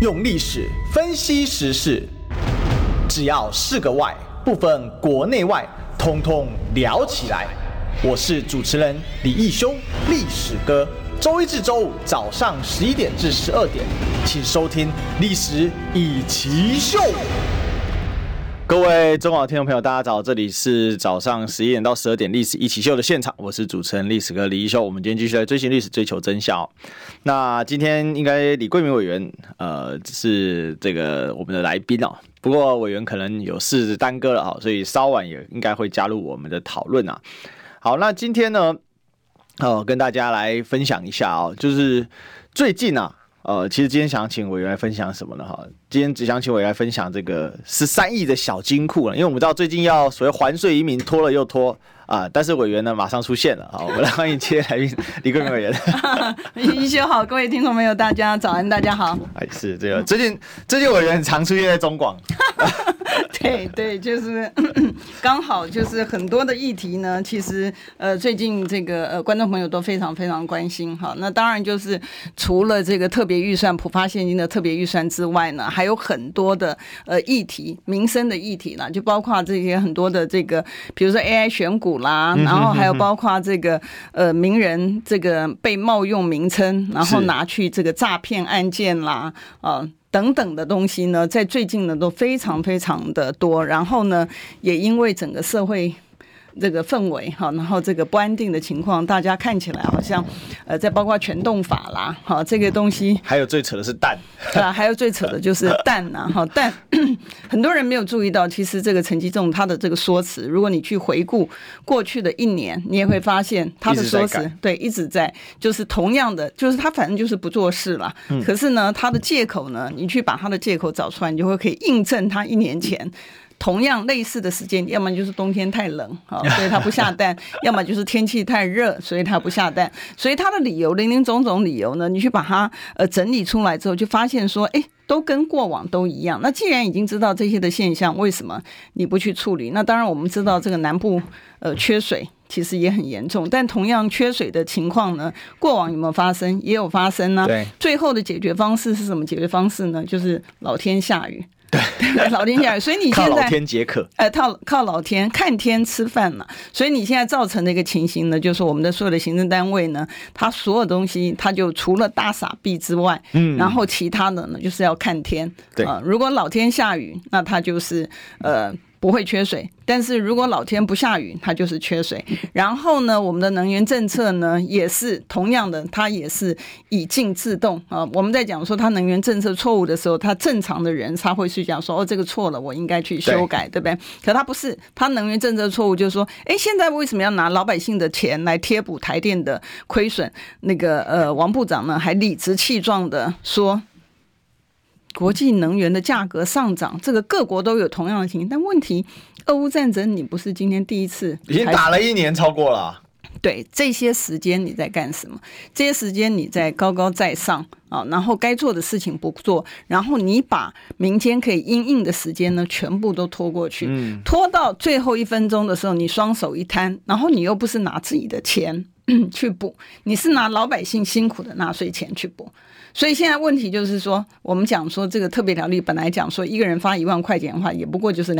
用历史分析时事，只要是个外，不分国内外，通通聊起来。我是主持人李义修，历史哥。周一至周五早上11点至12点，请收听《历史一起秀》。各位中广听众朋友，大家早，这里是早上11点到12点《历史一起秀》的现场，我是主持人历史哥李义修。我们今天继续来追寻历史，追求真相。那今天应该李桂明委员是这个我们的来宾哦，不过委员可能有事耽搁了，所以稍晚也应该会加入我们的讨论啊。好，那今天呢，跟大家来分享一下哦，就是最近啊，其实今天想请委员来分享什么呢？哈，今天只想请委员来分享这个13亿的小金库了，因为我们知道最近要所谓还税移民拖了又拖啊，但是委员呢马上出现了啊，我们来欢迎今天来宾李桂明委员。 一修好，各位听众朋友，大家早安，大家好。 是这个最近委员常出现在中广。 对，就是刚好就是很多的议题呢，其实最近这个观众朋友都非常非常关心哈。那当然就是除了这个特别预算、普发现金的特别预算之外呢，还有很多的议题、民生的议题啦，就包括这些很多的这个，比如说 AI 选股啦，然后还有包括这个名人这个被冒用名称，然后拿去这个诈骗案件啦，等等的东西呢，在最近呢都非常非常的多，然后呢，也因为整个社会这个氛围哈，然后这个不安定的情况，大家看起来好像再包括全动法啦，哈，这个东西，还有最扯的是蛋，还有最扯的就是蛋呐，哈，蛋，很多人没有注意到，其实这个陈吉仲他的这个说辞，如果你去回顾过去的一年，你也会发现他的说辞对一直在，就是同样的，就是他反正就是不做事啦，可是呢，他的借口呢，你去把他的借口找出来，你就会可以印证他1年前。同样类似的时间，要么就是冬天太冷，所以他不下蛋；要么就是天气太热，所以他不下蛋。所以他的理由，林林总总理由呢，你去把它整理出来之后，就发现说，都跟过往都一样。那既然已经知道这些的现象，为什么你不去处理？那当然我们知道这个南部缺水其实也很严重，但同样缺水的情况呢，过往有没有发生？也有发生呢。对，最后的解决方式是什么？解决方式呢，就是老天下雨。对，老天下雨，所以你现在靠老天解渴， 靠老天看天吃饭嘛。所以你现在造成的一个情形呢，就是我们的所有的行政单位呢，它所有东西，它就除了大撒币之外，然后其他的呢，就是要看天。对，如果老天下雨，那它就是不会缺水，但是如果老天不下雨，它就是缺水。然后呢，我们的能源政策呢，也是同样的，它也是以静制动啊。我们在讲说它能源政策错误的时候，它正常的人他会去讲说，这个错了，我应该去修改， 对不对？可他不是，他能源政策错误就是说，现在为什么要拿老百姓的钱来贴补台电的亏损？那个王部长呢，还理直气壮的说。国际能源的价格上涨，这个各国都有同样的情形，但问题，俄乌战争你不是今天第一次， 已经打了1年，超过了。 对，这些时间你在干什么？这些时间你在高高在上啊，然后该做的事情不做，然后你把民间可以因应的时间呢，全部都拖过去，拖到最后1分钟的时候，你双手一摊，然后你又不是拿自己的钱去补，你是拿老百姓辛苦的纳税钱去补。所以现在问题就是说，我们讲说这个特别条例本来讲说一个人发1万块钱的话，也不过就是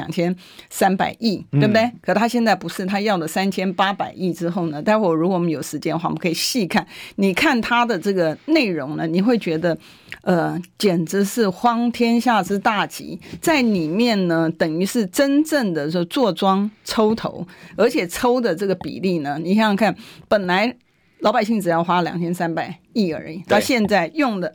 2300亿，对不对？可他现在不是，他要了3800亿之后呢，待会儿如果我们有时间的话，我们可以细看。你看他的这个内容呢，你会觉得简直是荒天下之大稽，在里面呢，等于是真正的说坐庄抽头，而且抽的这个比例呢，你想想看，本来老百姓只要花2300亿而已，到现在用的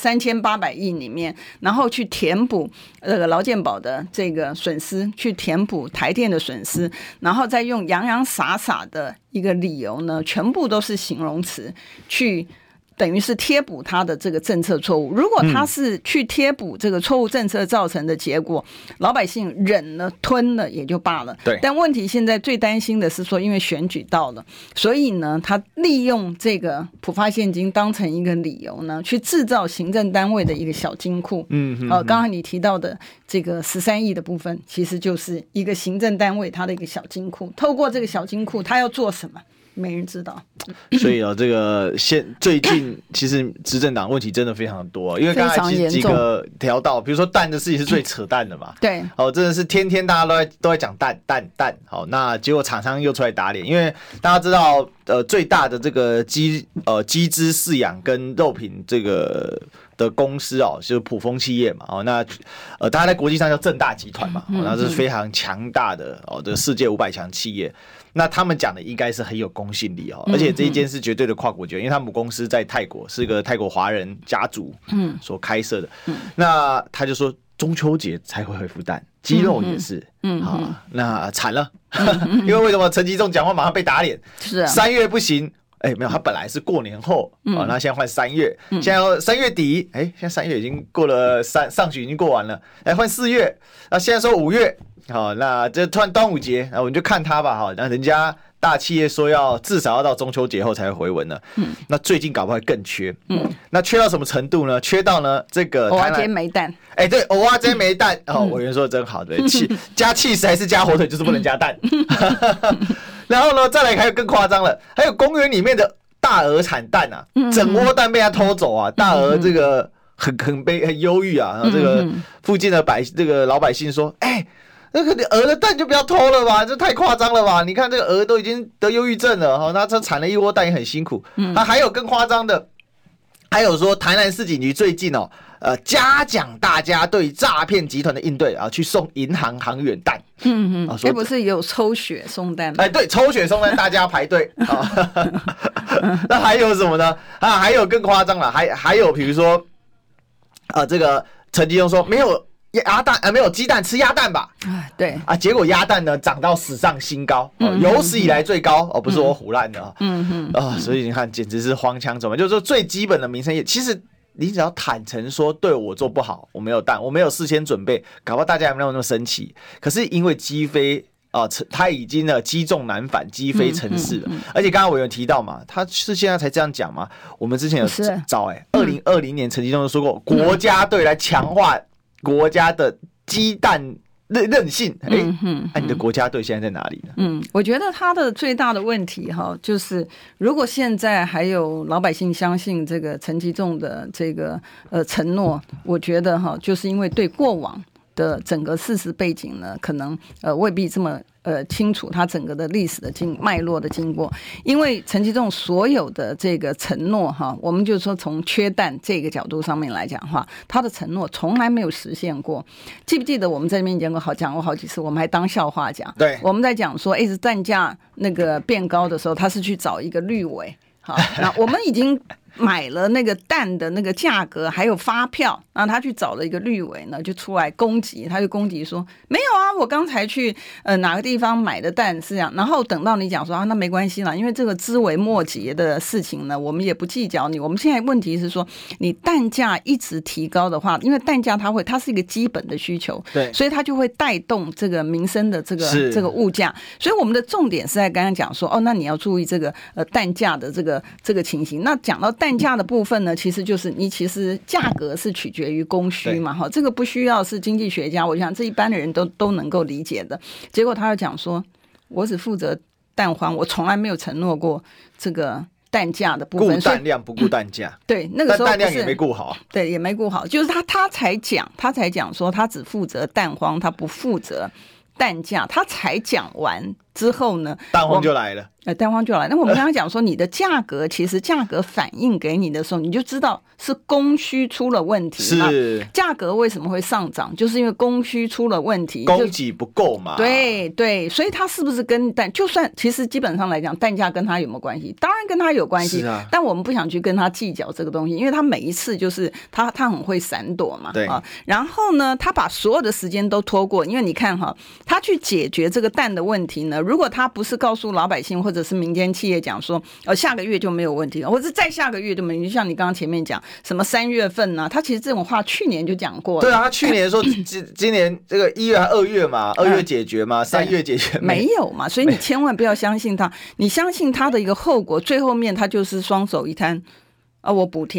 3800亿里面，然后去填补劳健保的这个损失，去填补台电的损失，然后再用洋洋洒洒的一个理由呢，全部都是形容词去。等于是贴补他的这个政策错误。如果他是去贴补这个错误政策造成的结果，老百姓忍了吞了也就罢了。对。但问题现在最担心的是说，因为选举到了，所以呢，他利用这个普发现金当成一个理由呢，去制造行政单位的一个小金库。刚才你提到的这个13亿的部分，其实就是一个行政单位它的一个小金库。透过这个小金库，他要做什么？ 没人知道。 所以这个最近其实执政党问题真的非常多，因为刚才其实几个聊到，比如说蛋的事情是最扯淡的嘛， 对， 真的是天天大家都在讲蛋，好，那结果厂商又出来打脸，因为大家知道最大的这个鸡只饲养跟肉品这个的公司就是普丰企业嘛，那大家在国际上叫正大集团嘛，那是非常强大的这世界500强企业。那他们讲的应该是很有公信力而且这一间是绝对的跨国决，因为他母公司在泰国，是个泰国华人家族所开设的。那他就说中秋节才会恢复蛋，鸡肉也是，那惨了，因为为什么陈吉仲讲话马上被打脸？是啊，3月不行。没有，他本来是过年后，那现在换3月，现在3月底，现在3月已经过了上旬已经过完了，换4月，现在说5月，好，那这突然端午节，我们就看他吧，那人家大企业说至少要到中秋节后才会回温呢，那最近搞不好会更缺，那缺到什么程度呢？缺到呢这个蚵仔煎没蛋， 对，蚵仔煎没蛋，委员说的真好，对，加气势还是加火腿，就是不能加蛋。然后呢，再来还有更夸张了，还有公园里面的大鹅产蛋啊，整窝蛋被他偷走啊，大鹅这个很忧郁啊，然后这个附近的这个老百姓说，那个鹅的蛋就不要偷了吧，这太夸张了吧？你看这个鹅都已经得忧郁症了，那这产了一窝蛋也很辛苦。还有更夸张的，还有说台南市警局最近嘉奖大家对诈骗集团的应对去送银行行员蛋。 不是有抽血送蛋？ 对，抽血送蛋，大家排队。那还有什么呢？还有更夸张了，还有比如说这个陈吉仲说没有鸭蛋没有鸡蛋吃鸭蛋吧？ 对结果鸭蛋呢涨到史上新高，有史以来最高不是我唬烂的所以你看简直是荒腔走板，就是说最基本的民生业，其实你只要坦诚说对我做不好，我没有蛋，我没有事先准备，搞不好大家也没有那么生气。可是因为鸡飞他已经积重难返，鸡飞城市了。而且刚刚我有提到嘛，他是现在才这样讲嘛？我们之前有找2020年陈吉仲说过，国家队来强化国家的鸡蛋韧性。你的国家队现在在哪里呢？ 我觉得他的最大的问题就是如果现在还有老百姓相信这个陈吉仲的这个承诺，我觉得就是因为对过往的整个事实背景呢，可能未必这么清楚他整个的历史的脉络的经过。因为陈吉仲所有的这个承诺我们就说从缺蛋这个角度上面来讲的话，他的承诺从来没有实现过。记不记得我们在这边讲过好几次，我们还当笑话讲。 对， 我们在讲说是蛋价那个变高的时候，他是去找一个绿委。好，那我们已经买了那个蛋的那个价格还有发票，然后他去找了一个绿委呢，就出来攻击，他就攻击说没有啊，我刚才去哪个地方买的蛋是这样。然后等到你讲说那没关系啦，因为这个枝微末节的事情呢，我们也不计较你。我们现在问题是说，你蛋价一直提高的话，因为蛋价它是一个基本的需求， 对， 所以它就会带动这个民生的这个物价。所以我们的重点是在刚刚讲说那你要注意这个蛋价的这个情形。那讲到蛋价的部分呢，其实就是你其实价格是取决于供需嘛，这个不需要是经济学家，我想这一般的人都能够理解的。结果他要讲说，我只负责蛋荒，我从来没有承诺过这个蛋价的部分， 顾蛋量不顾蛋价。 对，那个时候蛋量也没顾好， 对，也没顾好，就是他才讲说他只负责蛋荒，他不负责蛋价。他才讲完之后呢， 蛋荒就来了。 蛋荒就来。那我们刚刚讲说，你的价格其实价格反映给你的时候，你就知道是供需出了问题。 是价格为什么会上涨，就是因为供需出了问题， 供给不够嘛。 对，所以它是不是跟蛋，就算其实基本上来讲，蛋价跟它有没有关系？当然跟它有关系，但我们不想去跟它计较这个东西，因为它每一次就是它很会闪躲嘛。 对啊， 然后呢，他把所有的时间都拖过，因为你看他去解决这个蛋的问题呢，如果他不是告诉老百姓或者是民间企业讲说下个月就没有问题，或者再下个月就没有问题，像你刚刚前面讲什么3月份啊，他其实这种话去年就讲过了。 对啊，他去年说今年这个1月还2月嘛，2月解决嘛，3月解决没有嘛，所以你千万不要相信他，你相信他的一个后果，最后面他就是双手一摊我补贴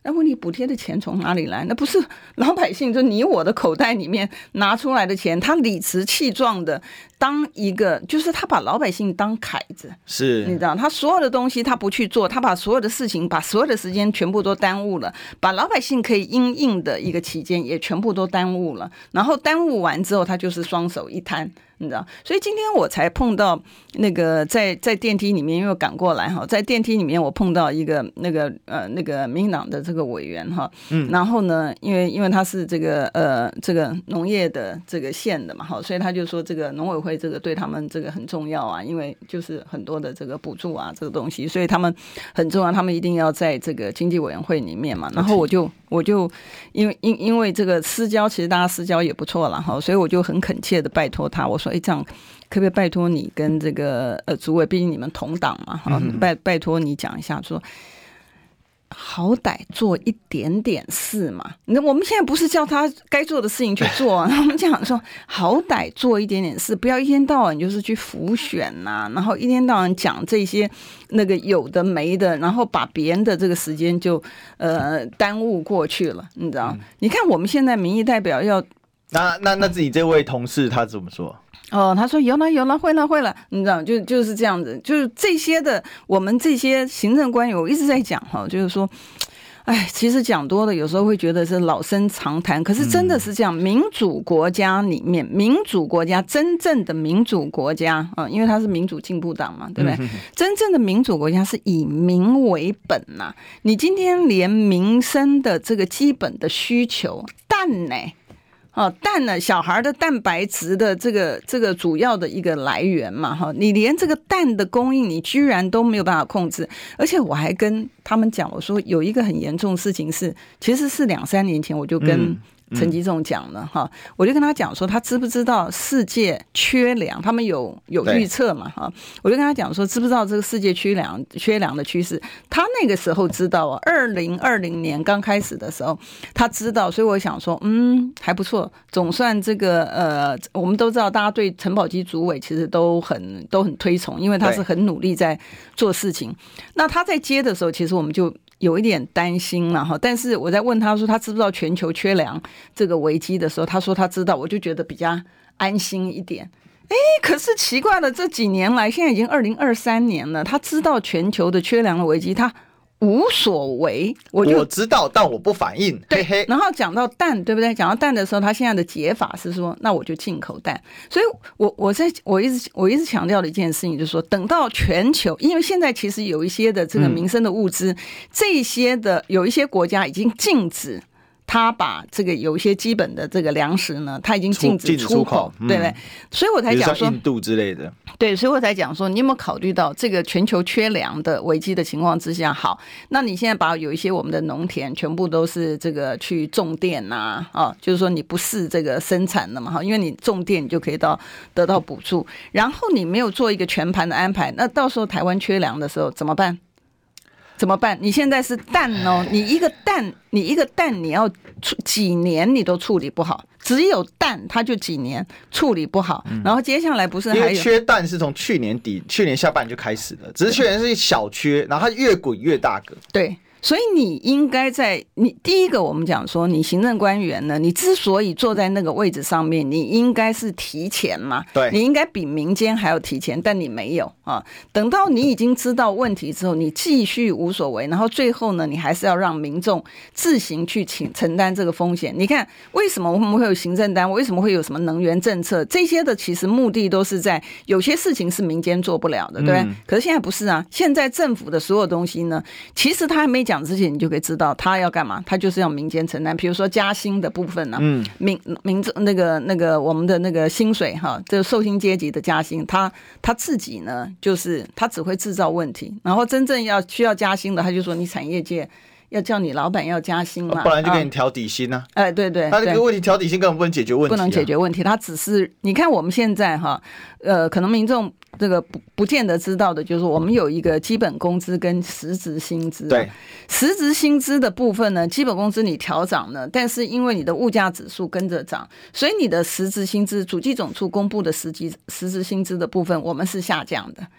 那问题补贴的钱从哪里来？那不是老百姓就你我的口袋里面拿出来的钱，他理直气壮的当一个，就是他把老百姓当凯子， 是你知道，他所有的东西他不去做，他把所有的事情，把所有的时间全部都耽误了，把老百姓可以因应的一个期间也全部都耽误了，然后耽误完之后，他就是双手一摊。你知道，所以今天我才碰到那个在电梯里面，因为我赶过来哈，在电梯里面我碰到一个那个民进党的这个委员哈，然后呢，因为他是这个农业的这个县的嘛哈，所以他就说这个农委会这个对他们这个很重要啊，因为就是很多的这个补助啊这个东西，所以他们很重要，他们一定要在这个经济委员会里面嘛，然后我就因为这个私交，其实大家私交也不错了哈，所以我就很恳切的拜托他，我说这样可不可以拜托你跟这个主委，毕竟你们同党嘛哈，拜托你讲一下说。好歹做一点点事嘛，我们现在不是叫他该做的事情去做，我们讲说好歹做一点点事，不要一天到晚就是去浮选啊，然后一天到晚讲这些那个有的没的，然后把别人的这个时间就耽误过去了，你知道？你看我们现在民意代表要那自己这位同事他怎么说？ 他说有了，会了，你知道，就是这样子，就是这些的，我们这些行政官员，我一直在讲哈，就是说，哎，其实讲多了，有时候会觉得是老生常谈，可是真的是这样，民主国家里面，民主国家真正的民主国家啊，因为它是民主进步党嘛，对不对？真正的民主国家是以民为本呐，你今天连民生的这个基本的需求，蛋呢？蛋呢？小孩的蛋白质的这个主要的一个来源嘛，哈，你连这个蛋的供应你居然都没有办法控制，而且我还跟他们讲，我说有一个很严重的事情是，其实是2-3年前我就跟陈吉仲讲了哈，我就跟他讲说，他知不知道世界缺粮？他们有预测嘛哈？我就跟他讲说，知不知道这个世界缺粮的趋势？他那个时候知道啊，2020年刚开始的时候他知道，所以我想说，还不错，总算这个我们都知道，大家对陈宝基主委其实都很推崇，因为他是很努力在做事情。那他在接的时候，其实我们就有一点担心了哈，但是我在问他说他知不知道全球缺粮这个危机的时候，他说他知道，我就觉得比较安心一点。可是奇怪了，这几年来，现在已经2023年了，他知道全球的缺粮的危机，他无所谓。我知道，但我不反应。 对， 嘿嘿。 然后讲到蛋，对不对？讲到蛋的时候，他现在的解法是说，那我就进口蛋。所以我一直强调的一件事情就是说，等到全球，因为现在其实有一些的这个民生的物资，这些的有一些国家已经禁止。他把这个有一些基本的这个粮食呢，他已经禁止出口，对不对？所以我才讲说印度之类的， 对，所以我才讲说，你有没有考虑到这个全球缺粮的危机的情况之下？好，那你现在把有一些我们的农田全部都是这个去种电呐，就是说你不是这个生产的嘛，哈，因为你种电你就可以得到补助，然后你没有做一个全盘的安排，那到时候台湾缺粮的时候怎么办？怎么办？你现在是蛋哦，你一个蛋你要几年你都处理不好，只有蛋它就几年处理不好，然后接下来不是还有， 因为缺蛋是从去年下半年就开始了，只是去年是小缺，然后它越滚越大个。 对。所以你应该你第一个我们讲说，你行政官员呢，你之所以坐在那个位置上面，你应该是提前嘛， 对， 你应该比民间还要提前，但你没有啊。等到你已经知道问题之后，你继续无所谓，然后最后呢，你还是要让民众自行去承担这个风险。你看为什么我们会有行政单位，为什么会有什么能源政策，这些的其实目的都是在有些事情是民间做不了的，对不对？可是现在不是啊，现在政府的所有东西呢，其实他还没讲之前，你就可以知道他要干嘛，他就是要民间承担。比如说加薪的部分呢，民众那个我们的那个薪水哈，这个受薪阶级的加薪，他自己呢，就是他只会制造问题，然后真正需要加薪的，他就说你产业界要叫你老板要加薪嘛， 不然就给你调底薪啊。 对， 他这个问题调底薪根本不能解决问题， 不能解决问题，他只是你看我们现在哈，可能民众这个不见得知道的，就是我们有一个基本工资跟实质薪资。对，实质薪资的部分呢，基本工资你调涨呢，但是因为你的物价指数跟着涨，所以你的实质薪资，主计总处公布的实质薪资的部分，我们是下降的。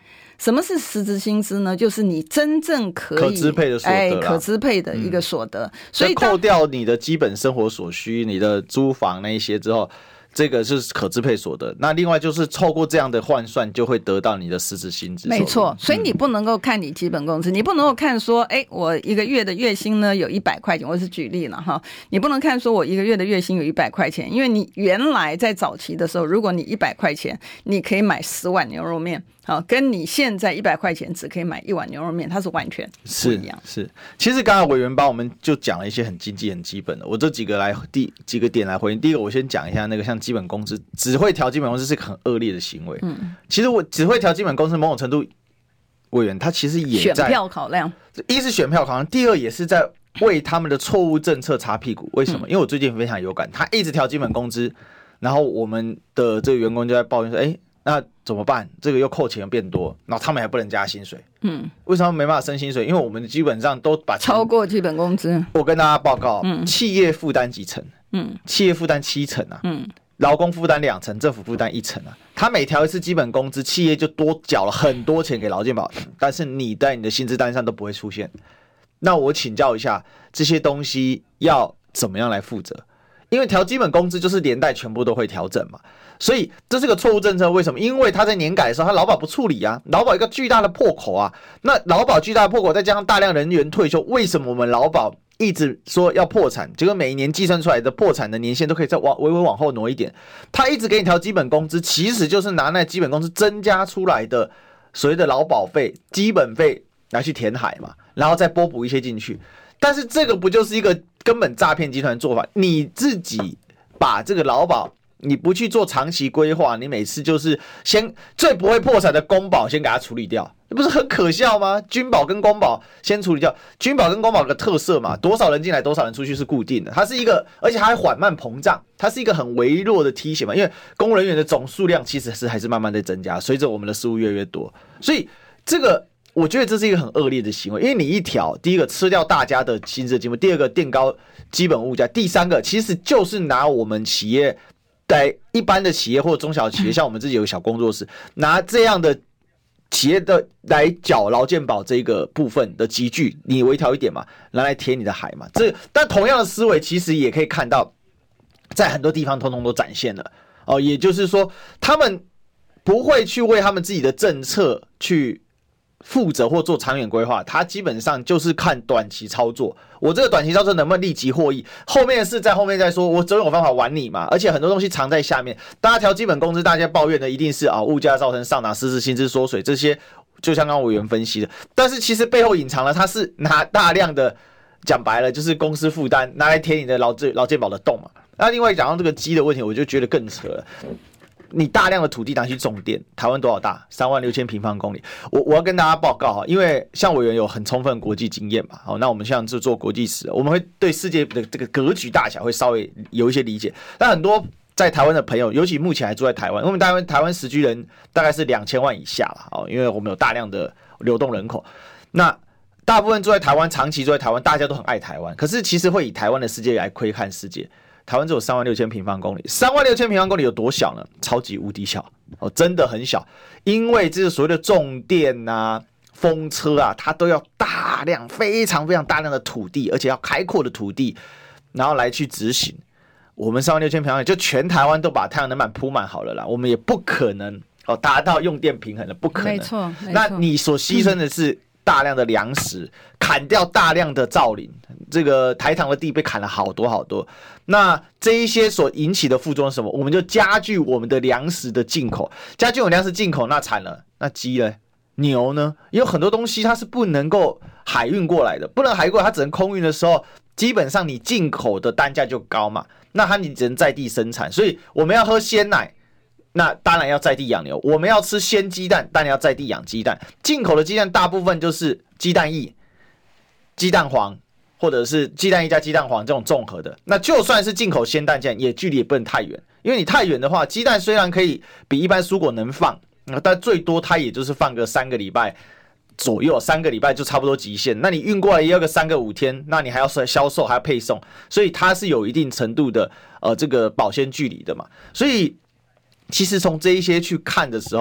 什么是实质薪资呢？就是你真正可支配的所得， 可支配的一个所得。所以扣掉你的基本生活所需，你的租房那一些之后，这个是可支配所得。那另外就是透过这样的换算，就会得到你的实质薪资。 没错，所以你不能够看你基本工资，你不能够看说，我一个月的月薪呢有100块钱，我是举例了哈，你不能看说我一个月的月薪有100块钱，因为你原来在早期的时候，如果你100块钱，你可以买10碗牛肉面。好，跟你现在100块钱只可以买1碗牛肉面，它是完全不一样。 是，其实刚才委员帮我们就讲了一些很经济、很基本的，我这几个点来回应。第一个，我先讲一下那个像基本工资，只会调基本工资是个很恶劣的行为。其实我只会调基本工资，某种程度，委员他其实也在选票考量， 一是选票考量，第二也是在为他们的错误政策擦屁股。为什么？因为我最近非常有感，他一直调基本工资，然后我们的这个员工就在抱怨说，那怎么办？这个又扣钱变多，然后他们还不能加薪水。为什么没办法升薪水？因为我们基本上都把超过基本工资。 我跟大家报告，企业负担几成？企业负担7成啊。劳工负担2成，政府负担1成啊。他每调一次基本工资，企业就多缴了很多钱给劳健保，但是你在你的薪资单上都不会出现。那我请教一下，这些东西要怎么样来负责？因为调基本工资就是连带全部都会调整嘛，所以这是个错误政策。为什么？因为他在年改的时候，他劳保不处理啊，劳保一个巨大的破口啊。那劳保巨大的破口，再加上大量人员退休，为什么我们劳保一直说要破产？结果每一年计算出来的破产的年限都可以再微微往后挪一点。他一直给你调基本工资，其实就是拿那基本工资增加出来的所谓的劳保费、基本费来去填海嘛，然后再拨补一些进去。但是这个不就是一个根本诈骗集团的做法？你自己把这个劳保，你不去做长期规划，你每次就是先最不会破产的公保先给它处理掉，这不是很可笑吗？军保跟公保先处理掉，军保跟公保有个特色嘛，多少人进来多少人出去是固定的，它是一个，而且它还缓慢膨胀，它是一个很微弱的梯形嘛，因为公务人员的总数量其实还是慢慢在增加，随着我们的事务越来越多，所以这个。我觉得这是一个很恶劣的行为，因为你一条，第一个吃掉大家的薪资的机会，第二个垫高基本物价，第三个其实就是拿我们企业在一般的企业或者中小企业，像我们自己有个小工作室，拿这样的企业的来缴劳健保这个部分的集聚，你微调一点嘛，拿来填你的海嘛。但同样的思维其实也可以看到，在很多地方通通都展现了哦，也就是说，他们不会去为他们自己的政策去负责或做长远规划，他基本上就是看短期操作。我这个短期操作能不能立即获益？后面的事在后面再说，我总有办法玩你嘛。而且很多东西藏在下面，大家调基本工资，大家抱怨的一定是物价造成上涨，实质薪资缩水，这些就像刚刚委员分析的。但是其实背后隐藏了，他是拿大量的，讲白了就是公司负担拿来填你的劳健保的洞嘛。那另外讲到这个鸡的问题，我就觉得更扯了。你大量的土地拿去种电，台湾多少大？36000平方公里。我要跟大家报告哈，因为像委员有很充分国际经验嘛，好，那我们像是做国际史，我们会对世界的这个格局大小会稍微有一些理解。但很多在台湾的朋友，尤其目前还住在台湾，因为台湾实居人大概是2000万以下了，因为我们有大量的流动人口。那大部分住在台湾，长期住在台湾，大家都很爱台湾，可是其实会以台湾的世界来窥看世界。台湾只有36000平方公里，36000平方公里有多小呢？超级无敌小哦，真的很小。因为这是所谓的重电啊、风车啊，它都要大量、非常非常大量的土地，而且要开阔的土地，然后来去执行。我们36000平方公里，就全台湾都把太阳能板铺满好了啦，我们也不可能达到用电平衡的，不可能。 没错。 那你所牺牲的是大量的粮食，砍掉大量的造林，这个台糖的地被砍了好多好多。那这一些所引起的副作用是什么？我们就加剧我们的粮食的进口，加剧我们粮食进口，那惨了。那鸡呢？牛呢？有很多东西它是不能够海运过来的，不能海运过来，它只能空运的时候，基本上你进口的单价就高嘛。那你只能在地生产，所以我们要喝鲜奶。那当然要在地养牛，我们要吃鲜鸡蛋，当然要在地养鸡蛋。进口的鸡蛋大部分就是鸡蛋液、鸡蛋黄，或者是鸡蛋液加鸡蛋黄这种综合的。那就算是进口鲜蛋酱，也距离也不能太远，因为你太远的话，鸡蛋虽然可以比一般蔬果能放，但最多它也就是放个3个礼拜左右，3个礼拜就差不多极限。那你运过来也要个3个5天，那你还要销售，还要配送，所以它是有一定程度的这个保鲜距离的嘛。所以其实从这一些去看的时候，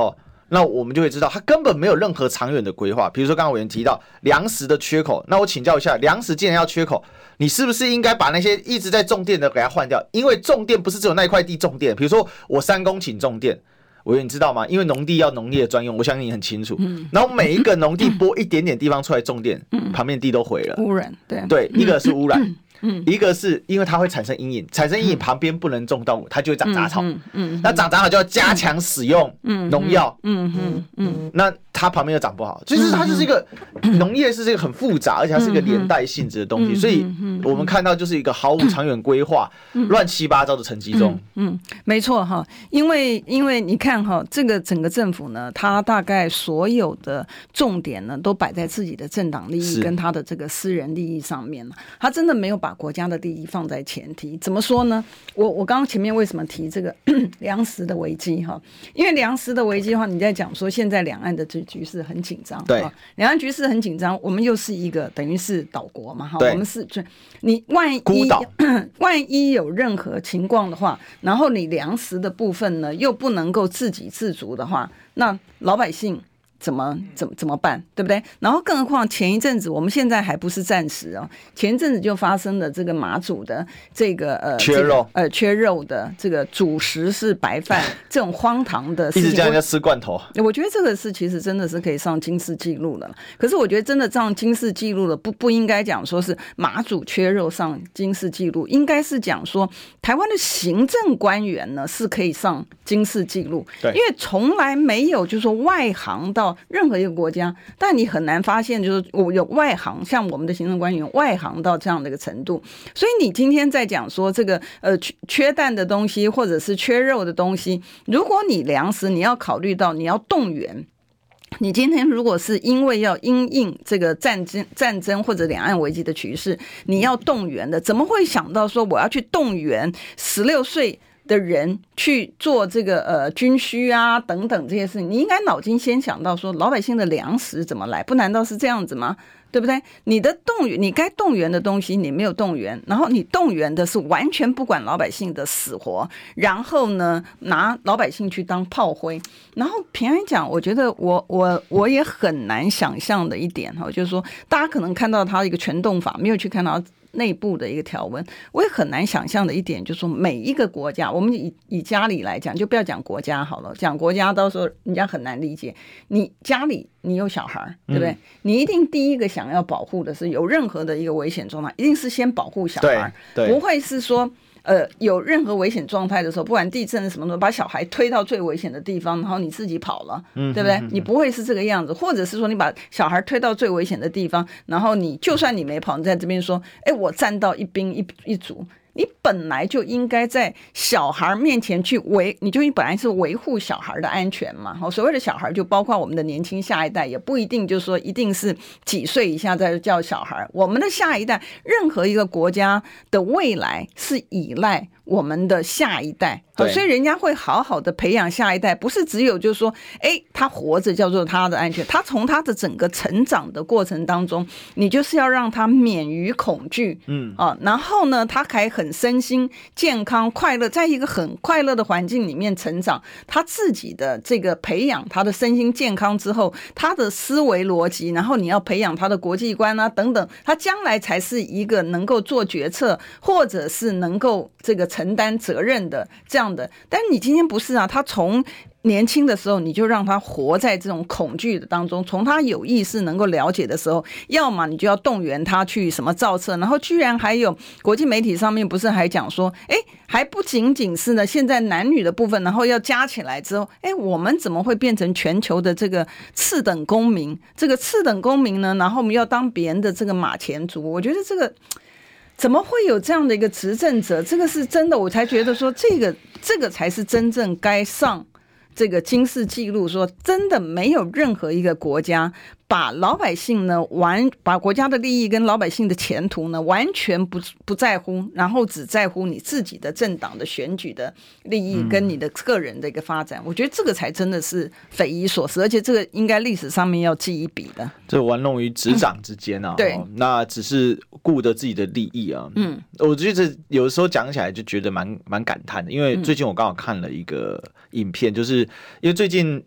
那我们就会知道他根本没有任何长远的规划。比如说刚刚委员提到粮食的缺口，那我请教一下，粮食既然要缺口，你是不是应该把那些一直在种电的给它换掉？因为种电不是只有那一块地种电，比如说我3公顷种电，委员你知道吗？因为农地要农业专用，我相信你很清楚。然后每一个农地拨一点点地方出来种电，旁边地都毁了， 污染， 对，一个是污染。一个是因为它会产生阴影，产生阴影旁边不能种动物，它就会长杂草。那长杂草就要加强使用农药。那它旁边又长不好，就是它就是一个农业是这个很复杂，而且它是一个连带性质的东西，所以我们看到就是一个毫无长远规划、乱七八糟的成绩中。 没错哈，因为你看哈，这个整个政府呢，它大概所有的重点呢，都摆在自己的政党利益跟他的这个私人利益上面了，他真的没有把国家的利益放在前提。怎么说呢？我刚刚前面为什么提这个粮食的危机哈？因为粮食的危机的话，你在讲说现在两岸的局势很紧张， 对， 两岸局势很紧张，我们又是一个等于是岛国嘛哈，我们是你万一有任何情况的话，然后你粮食的部分呢又不能够自给自足的话，那老百姓怎么办，对不对？然后更何况前一阵子，我们现在还不是暂时哦，前一阵子就发生了这个马祖的这个缺肉的这个主食是白饭这种荒唐的事情， 一直叫人家吃罐头。 我觉得这个是其实真的是可以上金氏纪录了。可是我觉得真的上金氏纪录了，不应该讲说是马祖缺肉上金氏纪录，应该是讲说台湾的行政官员呢是可以上金氏纪录，因为从来没有就是说外行到任何一个国家，但你很难发现就是我有外行，像我们的行政官员外行到这样的一个程度。所以你今天在讲说这个缺蛋的东西或者是缺肉的东西，如果你粮食你要考虑到你要动员，你今天如果是因为要因应这个战争或者两岸危机的局势，你要动员的，怎么会想到说我要去动员16岁的人去做这个军需啊等等这些事情？你应该脑筋先想到说老百姓的粮食怎么来，不难道是这样子吗？对不对？你的动员，你该动员的东西你没有动员，然后你动员的是完全不管老百姓的死活，然后呢拿老百姓去当炮灰。然后平安讲，我觉得我也很难想象的一点哈，就是说大家可能看到他一个全动法，没有去看到内部的一个条文。我也很难想象的一点就是说，每一个国家，我们以家里来讲，就不要讲国家好了，讲国家到时候人家很难理解。你家里你有小孩，对不对？你一定第一个想要保护的是有任何的一个危险状态，一定是先保护小孩，不会是说有任何危险状态的时候，不管地震什么的，把小孩推到最危险的地方，然后你自己跑了，对不对？你不会是这个样子，或者是说你把小孩推到最危险的地方，然后你就算你没跑，你在这边说，我站到一兵一卒。你本来就应该在小孩面前去你本来是维护小孩的安全嘛。所谓的小孩就包括我们的年轻下一代，也不一定就是说一定是几岁以下再叫小孩。我们的下一代，任何一个国家的未来是依赖我们的下一代，所以人家会好好的培养下一代，不是只有就是说，他活着叫做他的安全，他从他的整个成长的过程当中，你就是要让他免于恐惧，然后呢，他还很身心健康快乐，在一个很快乐的环境里面成长，他自己的这个培养他的身心健康之后，他的思维逻辑，然后你要培养他的国际观啊等等，他将来才是一个能够做决策，或者是能够这个承担责任的这样的。但是你今天不是啊，他从年轻的时候你就让他活在这种恐惧的当中，从他有意识能够了解的时候，要么你就要动员他去什么造册，然后居然还有国际媒体上面不是还讲说，还不仅仅是呢现在男女的部分，然后要加起来之后，我们怎么会变成全球的这个次等公民？这个次等公民呢，然后我们要当别人的这个马前卒。我觉得这个怎么会有这样的一个执政者？这个是真的，我才觉得说这个才是真正该上这个金氏纪录，说真的没有任何一个国家把老百姓呢把国家的利益跟老百姓的前途呢完全不在乎，然后只在乎你自己的政党的选举的利益跟你的个人的一个发展。我觉得这个才真的是匪夷所思，而且这个应该历史上面要记一笔的。 这玩弄于执掌之间啊， 对， 那只是顾着自己的利益啊。我觉得有的时候讲起来就觉得蛮感叹的，因为最近我刚好看了一个影片，就是因为最近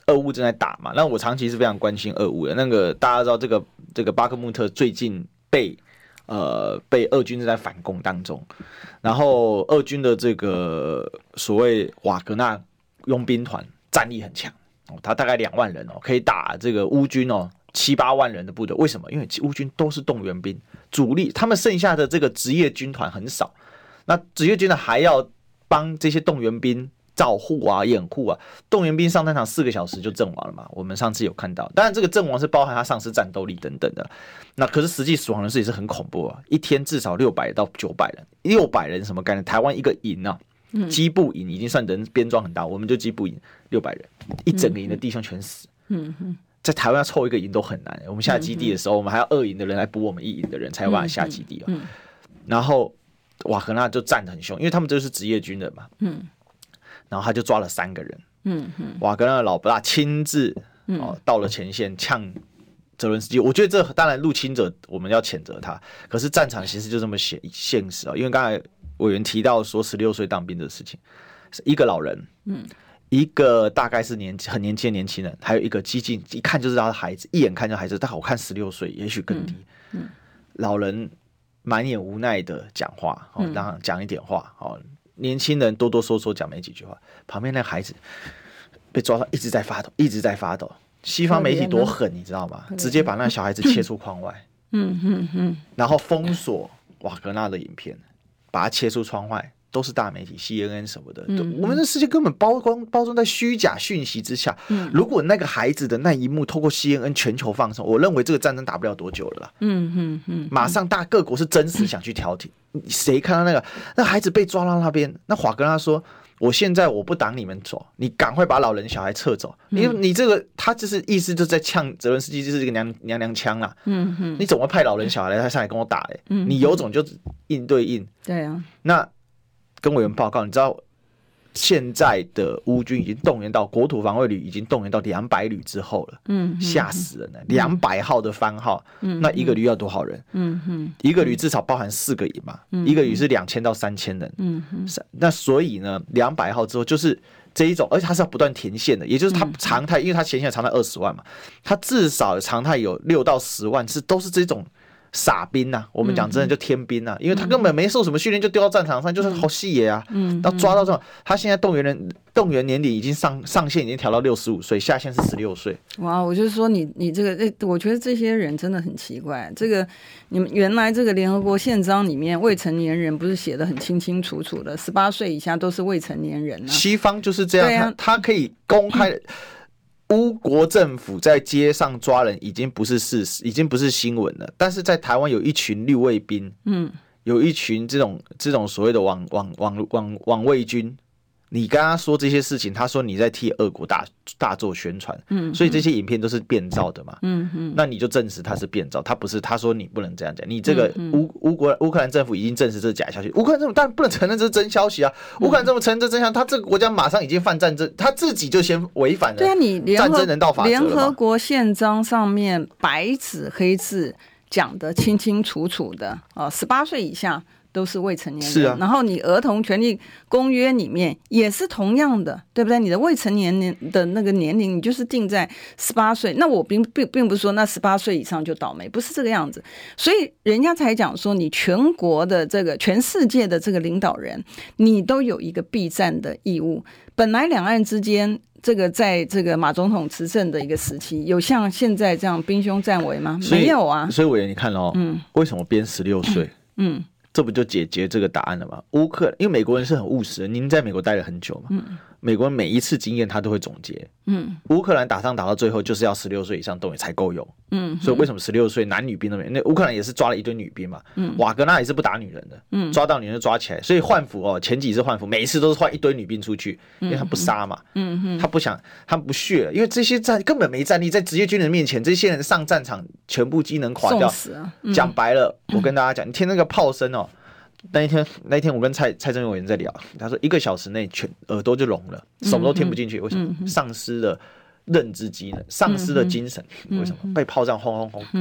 俄乌正在打嘛，那我长期是非常关心俄乌的。那个大家知道这个巴克穆特最近被俄军正在反攻当中，然后俄军的这个所谓瓦格纳佣兵团战力很强，他大概2万人可以打这个乌军7、8万人的部队。为什么？因为乌军都是动员兵，主力他们剩下的这个职业军团很少，那职业军团还要帮这些动员兵照护啊、掩护啊。动员兵上战场4个小时就阵亡了嘛，我们上次有看到。当然，这个阵亡是包含他丧失战斗力等等的。那可是实际死亡人数也是很恐怖啊，一天至少600到900人。600人什么概念？台湾一个营啊，基部营已经算人编装很大，我们就基部营600人，一整个营的弟兄全死。在台湾要凑一个营都很难。我们下基地的时候，我们还要2营的人来补我们1营的人，才有办法下基地。然后瓦格纳就战得很凶，因为他们就是职业军人嘛。然后他就抓了3个人。瓦格纳的老大亲自到了前线呛泽伦斯基。我觉得这当然入侵者我们要谴责他，可是战场其实就这么现实。因为刚才委员提到说16岁当兵的事情，一个老人，一个大概是很年轻的年轻人，还有一个激进，一看就知道他的孩子，一眼看就孩子，但我看16岁，也许更低。老人满眼无奈的讲话，当然讲一点话，年轻人多多说说讲没几句话，旁边那个孩子被抓到一直在发抖，一直在发抖。西方媒体多狠，你知道吗？直接把那个小孩子切出框外，然后封锁瓦格纳的影片，把他切出窗外。都是大媒体 CNN 什么的，我们的世界根本包装在虚假讯息之下。如果那个孩子的那一幕透过 CNN 全球放送，我认为这个战争打不了多久了啦。马上各国是真实想去调停。谁看到那孩子被抓到那边，那华格纳说：“我现在我不挡你们走，你赶快把老人小孩撤走。你这个他就是意思就在呛泽伦斯基，就是一个娘腔啦。你怎么会派老人小孩来他上来跟我打嘞？你有种就硬对硬。 对啊， 那。跟委员报告，你知道现在的乌军已经动员到国土防卫旅已经动员到200旅之后了，吓死人了！200号的番号，那一个旅要多少人？一个旅至少包含4个营嘛，一个旅是2000到3000人，那所以呢，200号之后就是这一种，而且它是要不断填线的，也就是它常态，因为它前线常态20万嘛，它至少常态有6到10万，都是这种。傻兵啊，我们讲真的就天兵啊，因为他根本没受什么训练就丢到战场上，就是好戏爷啊。要抓到这种，他现在动员年龄已经上限已经调到65岁，下限是16岁。 哇，我就是说你这个，我觉得这些人真的很奇怪。这个你们原来这个联合国宪章里面未成年人不是写得很清清楚楚的，18岁以下都是未成年人啊。 西方就是这样，他可以公开。乌国政府在街上抓人已经不是事实，已经不是新闻了。但是在台湾有一群绿卫兵，有一群这种所谓的网卫军，你跟他说这些事情，他说你在替俄国大做宣传，所以这些影片都是变造的嘛，那你就证实他是变造，他不是，他说你不能这样讲，你这个乌克兰政府已经证实这是假消息，乌克兰政府当然不能承认这是真消息啊，乌克兰政府承认这是真消息，他这个国家马上已经犯战争，他自己就先违反了战争人道法则了嘛。 联合国宪章上面白纸黑字讲得清清楚楚的，18岁以下。都是未成年人， 是啊。 然后你儿童权利公约里面也是同样的，对不对？你的未成年的那个年龄，你就是定在18岁。那我并不是说那18岁以上就倒霉，不是这个样子。所以人家才讲说，你全国的这个全世界的这个领导人，你都有一个避战的义务。本来两岸之间。这个在这个马总统执政的一个时期，有像现在这样兵凶战危吗？没有啊。 所以委员你看为什么编16岁？这不就解决这个答案了吗？因为美国人是很务实的，您在美国待了很久嘛，美国人每一次经验他都会总结。乌克兰打仗打到最后就是要16岁以上动员才够用。所以为什么16岁男女兵都没有？那乌克兰也是抓了一堆女兵嘛。瓦格纳也是不打女人的，抓到女人就抓起来。所以换俘前几次换俘，每一次都是换一堆女兵出去，因为他不杀嘛。他不想，他不屑，因为这些根本没战力，在职业军人面前，这些人上战场全部机能垮掉。讲白了，我跟大家讲，你听那个炮声那一天我跟蔡正元委员在聊，他说1个小时内全耳朵就聋了，什么都听不进去。为什么？丧失了认知机能，丧失了精神。为什么？被炮仗轰轰轰。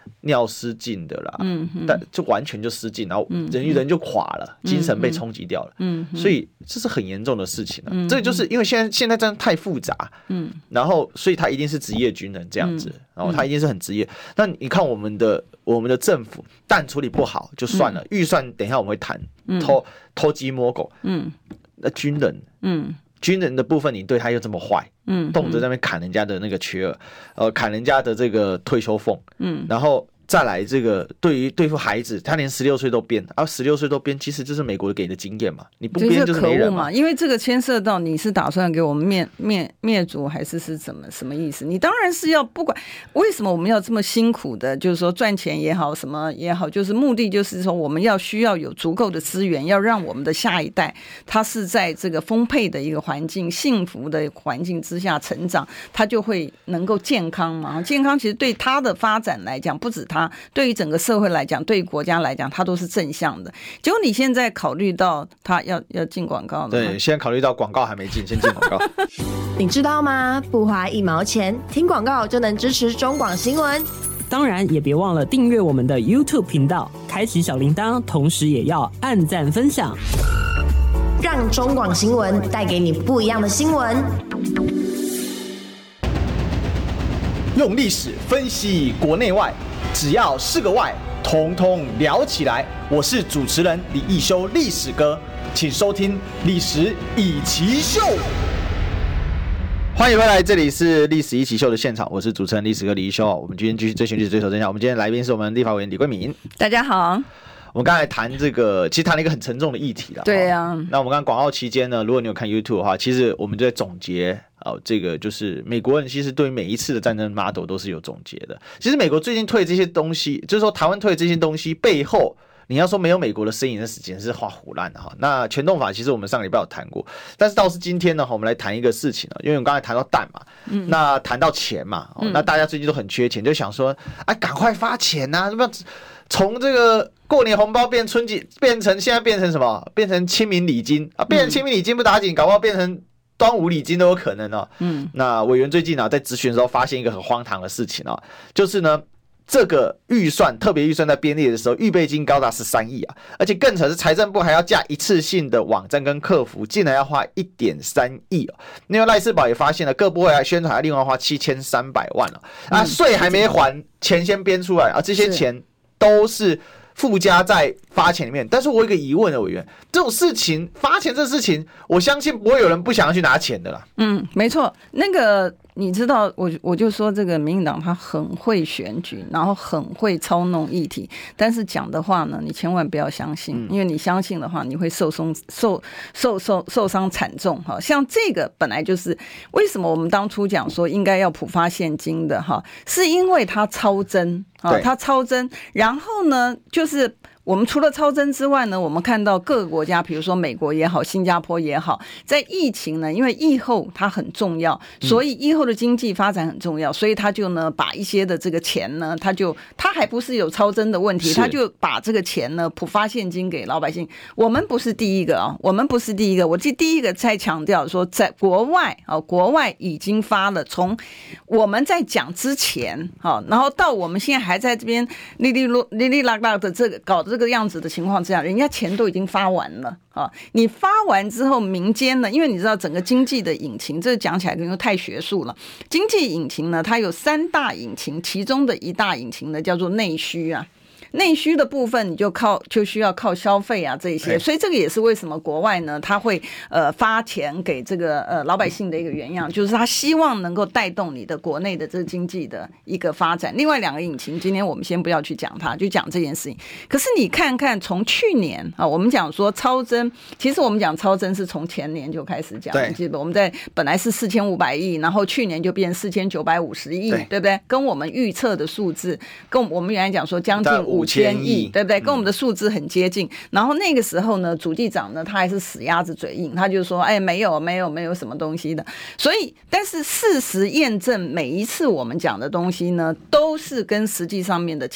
尿失禁的啦，但就完全就失禁，然后人就垮了，精神被冲击掉了，所以这是很严重的事情了。这就是因为现在真的太复杂，然后所以他一定是职业军人这样子，然后他一定是很职业。那你看我们的政府弹处理不好就算了，预算等一下我们会谈，偷鸡摸狗，那军人的部分你对他又这么坏，动辄在那边砍人家的那个缺额，砍人家的这个退休俸，然后再来这个对付孩子，他连16岁都编，16岁都编，其实这是美国给的经验嘛，你不编就是没人嘛。 因为这个牵涉到你是打算给我们灭族，还是什么意思？你当然是要不管为什么我们要这么辛苦的，就是说赚钱也好，什么也好，就是目的就是说我们需要有足够的资源，要让我们的下一代他是在这个丰沛的一个环境、幸福的环境之下成长，他就会能够健康嘛。健康其实对他的发展来讲，不止他。对于整个社会来讲，对于国家来讲，它都是正向的。结果你现在考虑到它要进广告了， 对，现在考虑到广告还没进，先进广告。 你知道吗？不花1毛钱，听广告就能支持中广新闻。 当然也别忘了订阅我们的 YouTube 频道，开启小铃铛，同时也要按赞分享， 让中广新闻带给你不一样的新闻。 用历史分析国内外，只要是个外，统统聊起来。我是主持人李义修，历史哥，请收听《历史一起秀》。欢迎回来，这里是《历史一起秀》的现场，我是主持人历史哥李义修。我们今天继续追寻历史，追求真相。我们今天来宾是我们立法委员李桂敏。 大家好。 我们刚才谈这个，其实谈了一个很沉重的议题了。 对啊。 那我们刚刚广告期间呢，如果你有看 YouTube 的话，其实我们就在总结这个就是美国人其实对于每一次的战争 model 都是有总结的。其实美国最近推这些东西，就是说台湾推这些东西背后，你要说没有美国的身影，那时间是画虎烂的哈。那全动法其实我们上个礼拜有谈过，但是倒是今天呢，我们来谈一个事情，因为我们刚才谈到蛋嘛，那谈到钱嘛，那大家最近都很缺钱，就想说赶快发钱啊，从这个过年红包变春节，现在变成什么？变成清明礼金啊！变成清明礼金不打紧，搞不好变成端午礼金都有可能哦。那委员最近在质询的时候发现一个很荒唐的事情就是呢，这个特别预算在编列的时候，预备金高达13亿啊，而且更扯是财政部还要架一次性的网站跟客服，竟然要花1.3亿哦。另外赖士宝也发现了，各部会宣传还另外花7300万了税还没还，钱先编出来这些钱都是附加在发钱里面。但是我有一个疑问委员，这种事情发钱这事情，我相信不会有人不想要去拿钱的啦。 没错，那个你知道，我就说这个民进党他很会选举，然后很会操弄议题，但是讲的话呢，你千万不要相信，因为你相信的话，你会受伤惨重。像这个本来就是为什么我们当初讲说应该要普发现金的是因为它超增它超增，然后呢，就是我们除了超增之外呢，我们看到各个国家，比如说美国也好，新加坡也好，在疫情呢，因为疫后它很重要，所以疫后的经济发展很重要，所以他就呢把一些的这个钱呢，他还不是有超增的问题，他就把这个钱呢普发现金给老百姓。我们不是第一个我们不是第一个，我第一个在强调说，在国外已经发了，从我们在讲之前然后到我们现在还在这边哩哩啦啦的搞这个样子的情况之下，人家钱都已经发完了你发完之后，民间呢，因为你知道整个经济的引擎，这讲起来可能太学术了。经济引擎呢，它有3大引擎，其中的一大引擎呢叫做内需内需的部分你就需要靠消费这些，所以这个也是为什么国外呢他会发钱给这个老百姓的一个原因，就是他希望能够带动你的国内的这个经济的一个发展。另外2个引擎今天我们先不要去讲它，就讲这件事情。可是你看看从去年我们讲说超增，其实我们讲超增是从前年就开始讲，记得我们本来是4500亿，然后去年就变4950亿， 对不对？跟我们预测的数字，跟我们原来讲说将近5000亿，对不对？跟我们的数字很接近。然后那个时候呢，主计长呢，他还是死鸭子嘴硬，他就说，没有什么东西的。所以，但是事实验证，每一次我们讲的东西呢，都是跟实际上面的钱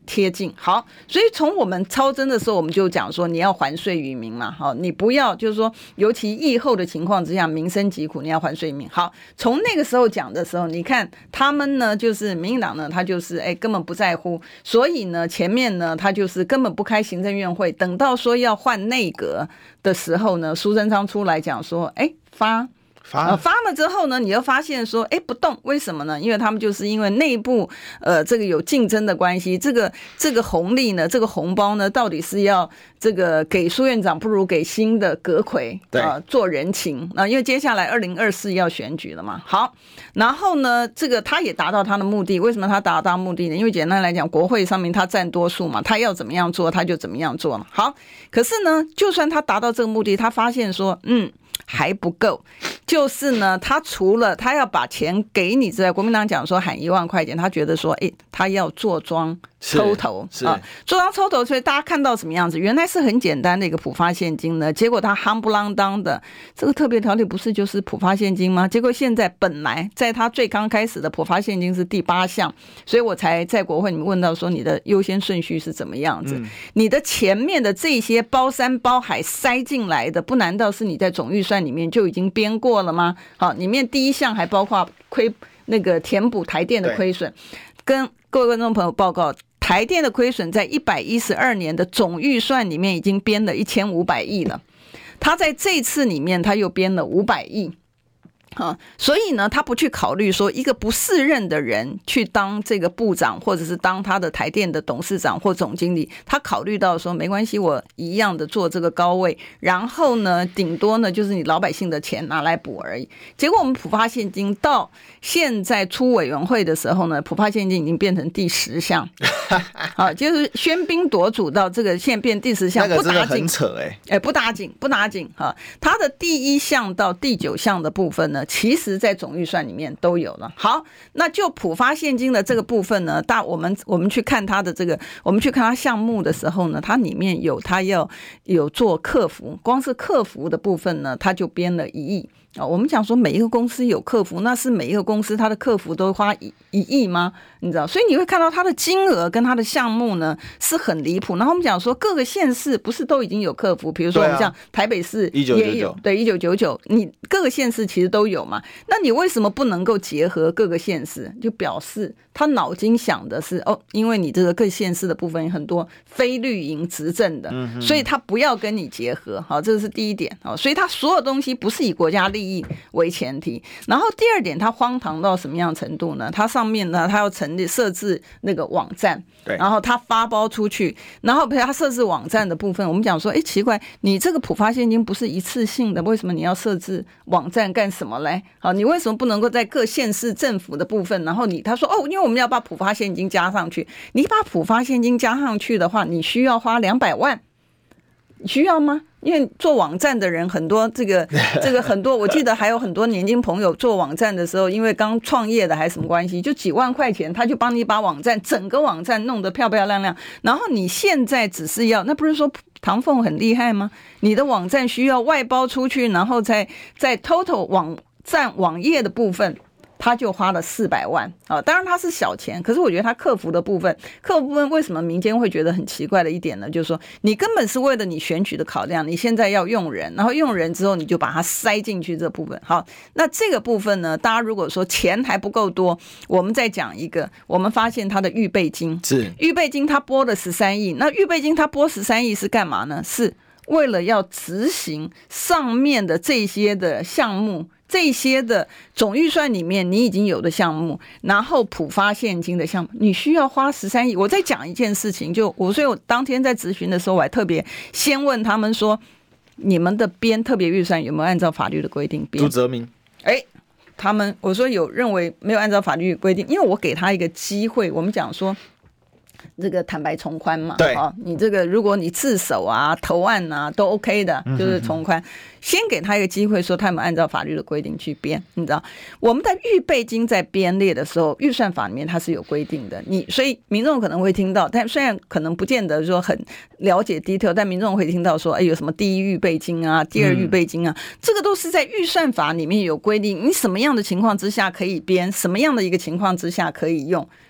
贴近。好，所以从我们超征的时候，我们就讲说你要还税于民嘛，好，你不要就是说，尤其疫后的情况之下，民生疾苦，你要还税于民。好，从那个时候讲的时候，你看他们呢，就是民进党呢，他就是根本不在乎，所以呢，前面呢，他就是根本不开行政院会，等到说要换内阁的时候呢，苏贞昌出来讲说，发了之后呢，你又发现说，不动，为什么呢？因为他们就是因为内部这个有竞争的关系，这个红利呢，这个红包呢，到底是要这个给苏院长，不如给新的阁揆做人情因为接下来2024要选举了嘛。好，然后呢，这个他也达到他的目的。为什么他达到目的呢？因为简单来讲，国会上面他占多数嘛，他要怎么样做他就怎么样做了。好，可是呢，就算他达到这个目的，他发现说，还不够，就是呢，他除了他要把钱给你之外，国民党讲说喊1万块钱，他觉得说，他要做庄抽头做庄抽头，所以大家看到什么样子？原来是很简单的一个普发现金呢，结果他夯不啷当的这个特别条例不是就是普发现金吗？结果现在本来在他最刚开始的普发现金是第8项，所以我才在国会里面问到说你的优先顺序是怎么样子？你的前面的这些包山包海塞进来的，不难道是你在总预算里面就已经编过了吗？好，里面第1项还包括那个填补台电的亏损，跟各位观众朋友报告，台电的亏损在112年的总预算里面已经编了1500亿了，他在这次里面他又编了500亿。所以呢，他不去考虑说一个不适任的人去当这个部长，或者是当他的台电的董事长或总经理，他考虑到说没关系，我一样的做这个高位，然后呢，顶多呢就是你老百姓的钱拿来补而已。结果我们普发现金到现在出委员会的时候呢，普发现金已经变成第10项，就是喧宾夺主到这个现在变第10项， 那个真的很扯不打紧他的第1项到第9项的部分呢，其实在总预算里面都有了。好，那就普发现金的这个部分呢，我们去看他的这个，我们去看他项目的时候呢，它里面他要有做客服，光是客服的部分呢，他就编了1亿。我们讲说每一个公司有客服，那是每一个公司它的客服都花1亿吗？你知道，所以你会看到它的金额跟它的项目呢是很离谱。然后我们讲说各个县市不是都已经有客服，比如说我们讲台北市也有，对，1999，你各个县市其实都有嘛。那你为什么不能够结合各个县市？就表示他脑筋想的是因为你这个各县市的部分很多非绿营执政的，所以他不要跟你结合。好，这是第一点。所以他所有东西不是以国家利益为前提。然后第2点，他荒唐到什么样程度呢？他上面呢，他要设置那个网站，然后他发包出去，然后他设置网站的部分，我们讲说，奇怪，你这个普发现金不是一次性的，为什么你要设置网站干什么嘞？好，你为什么不能够在各县市政府的部分，然后他说因为我们要把普发现金加上去，你把普发现金加上去的话，你需要花200万，需要吗？因为做网站的人很多，这个很多，我记得还有很多年轻朋友做网站的时候，因为刚创业的还是什么关系，就几万块钱，他就帮你把整个网站弄得漂漂亮亮。然后你现在只是要，那不是说唐凤很厉害吗？你的网站需要外包出去，然后在 total 网页的部分，他就花了400万当然他是小钱，可是我觉得他客服部分为什么民间会觉得很奇怪的一点呢？就是说你根本是为了你选举的考量，你现在要用人，然后用人之后你就把它塞进去这部分。好，那这个部分呢，大家如果说钱还不够多，我们再讲一个，我们发现他的预备金他拨了13亿，那预备金他拨13亿是干嘛呢？是为了要执行上面的这些的项目，这些的总预算里面你已经有的项目，然后普发现金的项目，你需要花13亿。我再讲一件事情，所以我当天在质询的时候，我还特别先问他们说，你们的编特别预算有没有按照法律的规定编？ 朱泽民， 我说有认为没有按照法律规定，因为我给他一个机会，我们讲说这个坦白从宽嘛， 对你这个如果你自首啊、投案啊都 OK 的，就是从宽。先给他一个机会，说他们按照法律的规定去编，你知道，我们的预备金在编列的时候，预算法里面它是有规定的。所以民众可能会听到，但虽然可能不见得说很了解 detail， 但民众会听到说，有什么第一预备金啊、第二预备金啊，这个都是在预算法里面有规定，你什么样的情况之下可以编，什么样的一个情况之下可以用。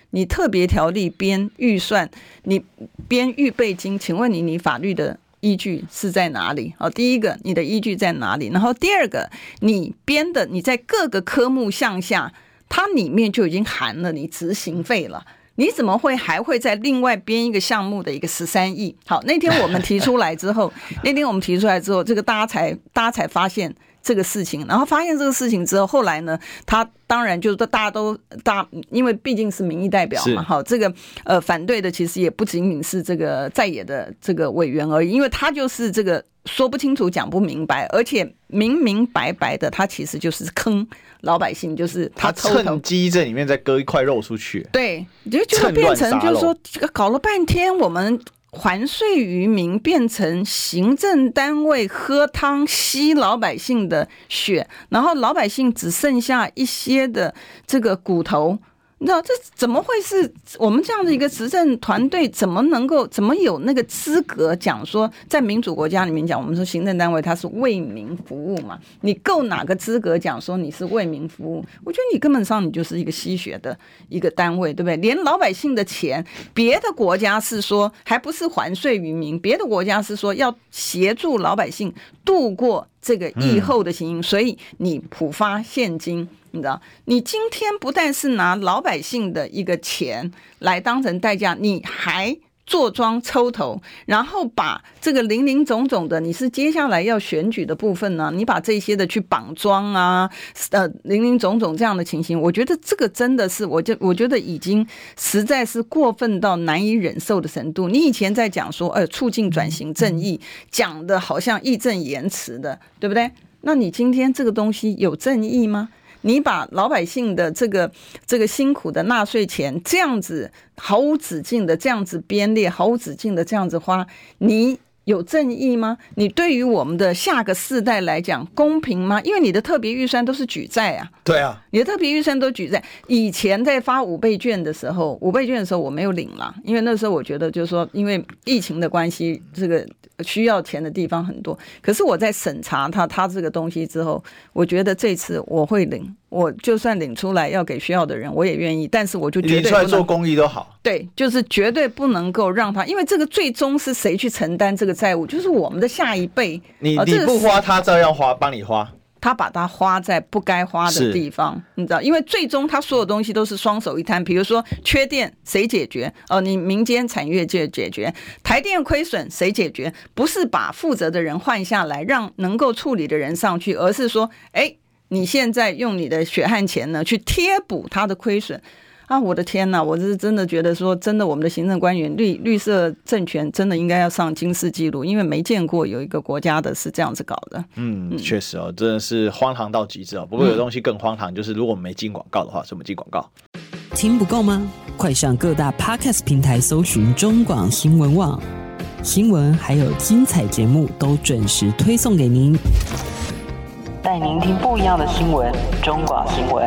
你特别条例编预算，你编预备金，请问你法律的依据是在哪里？第一个，你的依据在哪里？然后第二个，你编的你在各个科目项下，它里面就已经含了你执行费了。你怎么会还会再另外编一个项目的一个13亿？好，那天我们提出来之后，这个大家才发现这个事情，然后发现这个事情之后，后来呢，他当然就是大家因为毕竟是民意代表嘛，好，这个反对的其实也不仅仅是这个在野的这个委员而已，因为他就是这个说不清楚讲不明白，而且明明白白的，他其实就是坑老百姓，就是他趁机这里面再割一块肉出去， 对，就变成就是说搞了半天我们还税于民变成行政单位喝汤吸老百姓的血，然后老百姓只剩下一些的这个骨头。你知道这怎么会是我们这样的一个执政团队怎么有那个资格讲说，在民主国家里面讲，我们说行政单位它是为民服务嘛？你够哪个资格讲说你是为民服务？我觉得你根本上你就是一个吸血的一个单位，对不对？连老百姓的钱，别的国家是说还不是还税于民，别的国家是说要协助老百姓度过这个疫后的情形，所以你普发现金。你知道，你今天不但是拿老百姓的一个钱来当成代价，你还坐庄抽头，然后把这个林林总总的，你是接下来要选举的部分呢，你把这些的去绑庄啊，林林总总这样的情形，我觉得这个真的是，我觉得已经实在是过分到难以忍受的程度。你以前在讲说，促进转型正义，讲的好像义正言辞的，对不对？那你今天这个东西有正义吗？你把老百姓的这个辛苦的纳税钱这样子毫无止境的这样子编列，毫无止境的这样子花，你有正义吗？你对于我们的下个世代来讲公平吗？因为你的特别预算都是举债啊。 对啊， 你的特别预算都举债。以前在发5倍券的时候我没有领了，因为那时候我觉得就是说，因为疫情的关系，这个需要钱的地方很多。可是我在审查他这个东西之后，我觉得这次我会领，我就算领出来要给需要的人，我也愿意。但是我就绝对不能领出来做公益都好。 对，就是绝对不能够让他，因为这个最终是谁去承担这个债务，就是我们的下一辈。 你不花，他照样花，帮你花。 他把它花在不该花的地方，你知道，因为最终他所有东西都是双手一摊。比如说缺电谁解决？你民间产业界解决，台电亏损谁解决？不是把负责的人换下来，让能够处理的人上去，而是说，你现在用你的血汗钱呢去贴补他的亏损。我的天哪！我是真的觉得说，真的我们的行政官员绿色政权真的应该要上金氏纪录，因为没见过有一个国家的是这样子搞的。 确实真的是荒唐到极致不过有东西更荒唐，就是如果我们没进广告的话，所以我们进广告。 听不够吗？快上各大 Podcast 平台搜寻中广新闻网，新闻还有精彩节目都准时推送给您，带您听不一样的新闻。中广新闻。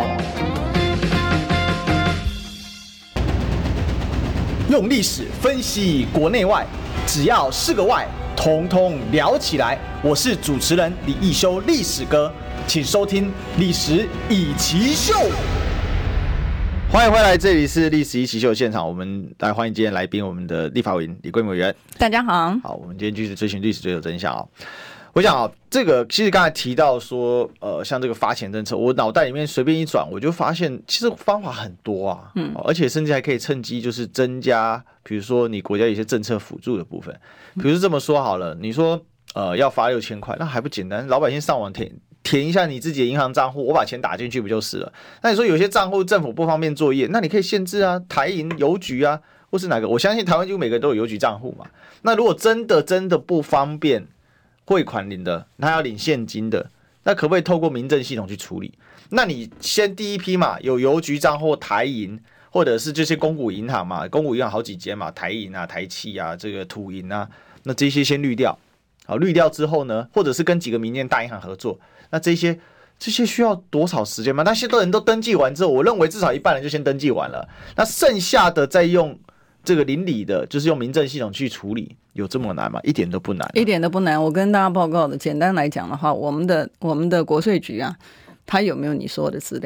用历史分析国内外，只要是个外，统统聊起来。我是主持人李义修，历史哥，请收听《历史一起秀》。欢迎回来，这里是《历史一起秀》现场，我们来欢迎今天来宾，我们的立法委员李贵美委员。 大家好。 好，我们今天继续追寻历史，追求真相我想这个其实刚才提到说，像这个发钱政策，我脑袋里面随便一转，我就发现其实方法很多啊，而且甚至还可以趁机就是增加，比如说你国家有一些政策辅助的部分，比如这么说好了，你说要发6000块，那还不简单？老百姓上网填一下你自己的银行账户，我把钱打进去不就是了？那你说有些账户政府不方便作业，那你可以限制啊，台银、邮局啊，或是哪个？我相信台湾几乎每个人都有邮局账户嘛。那如果真的不方便汇款领的，他要领现金的，那可不可以透过民政系统去处理？那你先第一批嘛，有邮局账户、台银，或者是这些公股银行嘛，公股银行好几间嘛，台银啊、台企啊、这个土银啊，那这些先滤掉。好，滤掉之后呢，或者是跟几个民间大银行合作，那这些需要多少时间吗？那些人都登记完之后，我认为至少一半人就先登记完了，那剩下的再用这个邻里的，就是用民政系统去处理，有这么难吗？一点都不难， 一点都不难。我跟大家报告的，简单来讲的话，我们的国税局啊，它有没有你说的资料？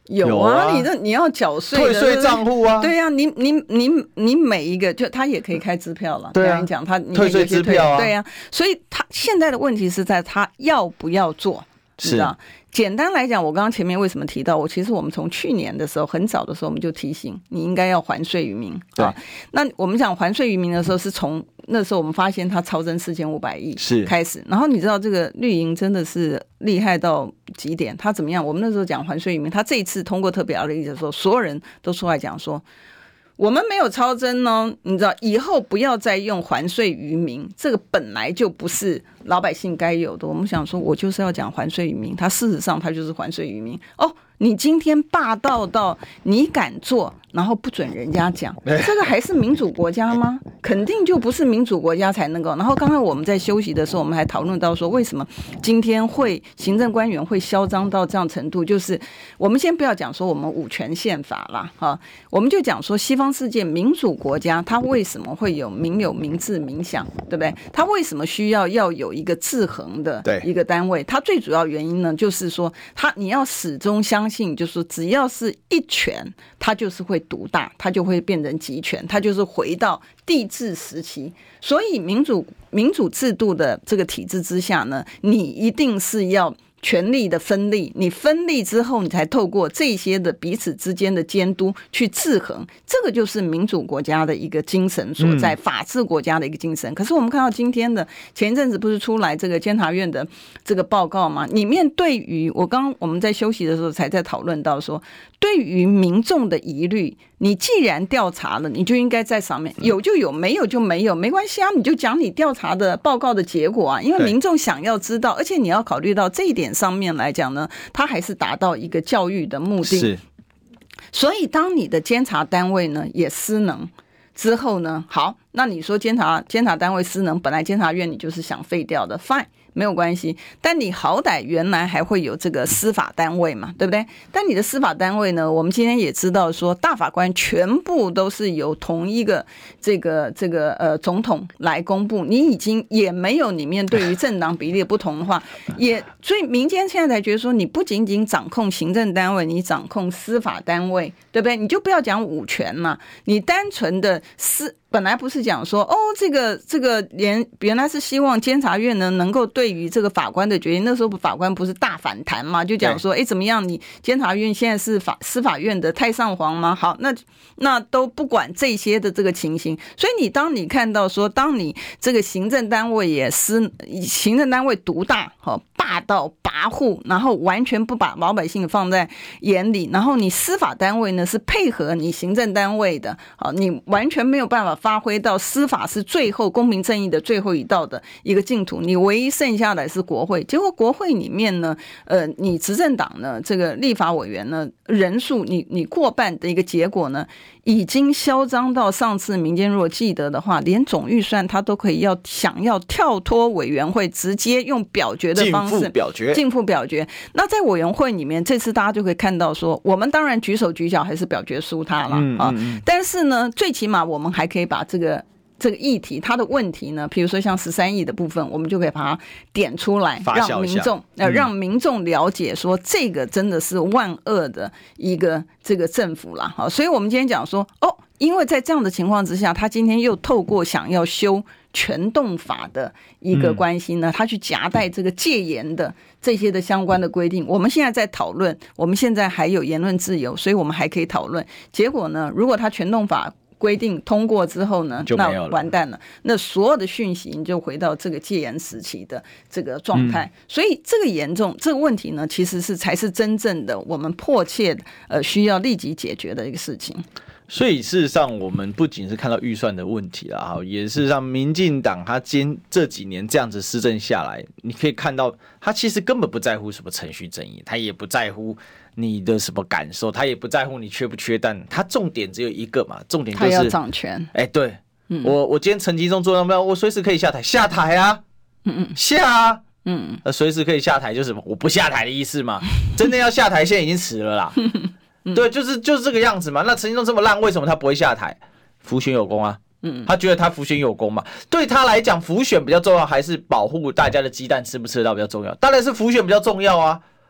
有啊，你要缴税退税账户啊， 对啊，你每一个就他也可以开支票了， 对啊， 你讲他退税支票啊， 对啊，所以他现在的问题是在他要不要做，是啊。简单来讲，我刚刚前面为什么提到其实我们从去年的时候很早的时候我们就提醒你应该要还税于民啊。那我们讲还税于民的时候是从那时候我们发现它超增4500亿开始，然后你知道这个绿营真的是厉害到极点，他怎么样？我们那时候讲还税于民，他这一次通过特别条例的时候，所有人都出来讲说我们没有超增呢，你知道以后不要再用还税于民，这个本来就不是老百姓该有的。我们想说我就是要讲还税于民，他事实上他就是还税于民哦。你今天霸道到你敢做然后不准人家讲，这个还是民主国家吗？肯定就不是民主国家才能够。然后刚才我们在休息的时候我们还讨论到说为什么今天行政官员会嚣张到这样程度，就是我们先不要讲说我们五权宪法啦，我们就讲说西方世界民主国家它为什么会有民治民享，对不对？它为什么需要有一个制衡的一个单位？它最主要原因呢就是说你要始终相信，就是说只要是一权它就是会独大，它就会变成集权，它就是回到帝制时期。所以民主制度的这个体制之下呢，你一定是要权力的分立，你分立之后你才透过这些的彼此之间的监督去制衡，这个就是民主国家的一个精神所在，法治国家的一个精神。可是我们看到今天的前一阵子不是出来这个监察院的这个报告吗？里面对于我们在休息的时候才在讨论到说，对于民众的疑虑，你既然调查了，你就应该在上面有就有，没有就没有，没关系啊，你就讲你调查的报告的结果啊，因为民众想要知道，而且你要考虑到这一点上面来讲呢，它还是达到一个教育的目的。是，所以当你的监察单位呢也失能之后呢，好，那你说监察单位失能，本来监察院你就是想废掉的 ，fine。没有关系，但你好歹原来还会有这个司法单位嘛，对不对？但你的司法单位呢，我们今天也知道说，大法官全部都是由同一个这个总统来公布，你已经也没有里面对于政党比例不同的话，所以民间现在才觉得说，你不仅仅掌控行政单位，你掌控司法单位，对不对？你就不要讲五权嘛，你单纯的本来不是讲说这个原来是希望监察院呢能够对于这个法官的决定，那时候法官不是大反弹嘛，就讲说怎么样，你监察院现在是司法院的太上皇吗？好，那都不管这些的这个情形，所以当你看到说，当你这个行政单位行政单位独大霸道跋扈，然后完全不把老百姓放在眼里，然后你司法单位呢是配合你行政单位的，你完全没有办法发挥到司法是最后公平正义的最后一道的一个净土，你唯一剩下来是国会。结果国会里面呢你执政党呢这个立法委员呢人数你过半的一个结果呢，已经嚣张到上次民间如果记得的话，连总预算他都可以想要跳脱委员会，直接用表决的方式逕付表决。那在委员会里面，这次大家就可以看到说，我们当然举手举脚还是表决输他了但是呢最起码我们还可以把这个议题它的问题呢，比如说像13亿的部分，我们就可以把它点出来，让民众了解说，这个真的是万恶的一个这个政府啦。所以我们今天讲说因为在这样的情况之下，他今天又透过想要修全动法的一个关系呢，他去夹带这个戒严的这些的相关的规定。我们现在在讨论，我们现在还有言论自由，所以我们还可以讨论。结果呢，如果他全动法规定通过之后呢，那完蛋了，那所有的讯息你就回到这个戒严时期的这个状态。所以这个严重这个问题呢，其实才是真正的我们迫切需要立即解决的一个事情。 所以事实上我们不仅是看到预算的问题啦，也事实上民进党他这几年这样子施政下来，你可以看到他其实根本不在乎什么程序正义，他也不在乎你的什么感受，他也不在乎你缺不缺蛋，他重点只有一个嘛，重点就是他要掌权。 对，我今天陈吉仲做到没有？我随时可以下台啊，下啊，随时可以下台就是什么？我不下台的意思嘛？真的要下台，现在已经迟了啦。对，就是这个样子嘛。那陈吉仲这么烂，为什么他不会下台？辅选有功啊。他觉得他辅选有功嘛？对他来讲，辅选比较重要，还是保护大家的鸡蛋吃不吃得到比较重要？当然是辅选比较重要啊。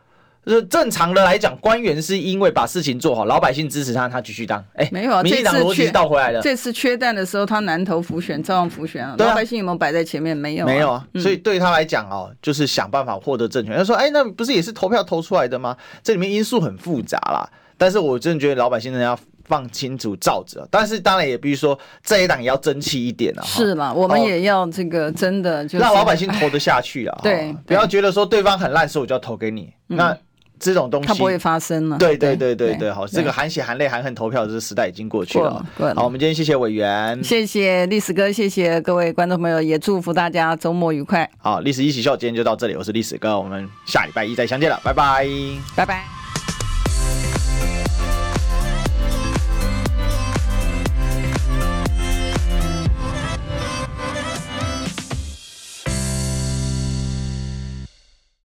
就是正常的来讲，官员是因为把事情做好，老百姓支持他，他继续当。 没有啊， 民进党逻辑是倒回来的。 这次缺蛋的时候，他南投浮选照样浮选啊。老百姓有没有摆在前面？没有， 没有啊。所以对他来讲就是想办法获得政权。他说，那不是也是投票投出来的吗？这里面因素很复杂啦。但是我真的觉得老百姓真的要放清楚照着，但是当然也必须说这一党也要争气一点啊。 是啦，我们也要这个真的就是让老百姓投得下去啊。 对， 不要觉得说对方很烂，所以我就要投给你。那这种东西它不会发生了。 对，好，这个含血含泪含恨投票的这个时代已经过去了。好，我们今天谢谢委员， 谢谢历史哥，谢谢各位观众朋友，也祝福大家周末愉快。 好，历史一起秀今天就到这里，我是历史哥，我们下礼拜一再相见了，拜拜， 拜拜。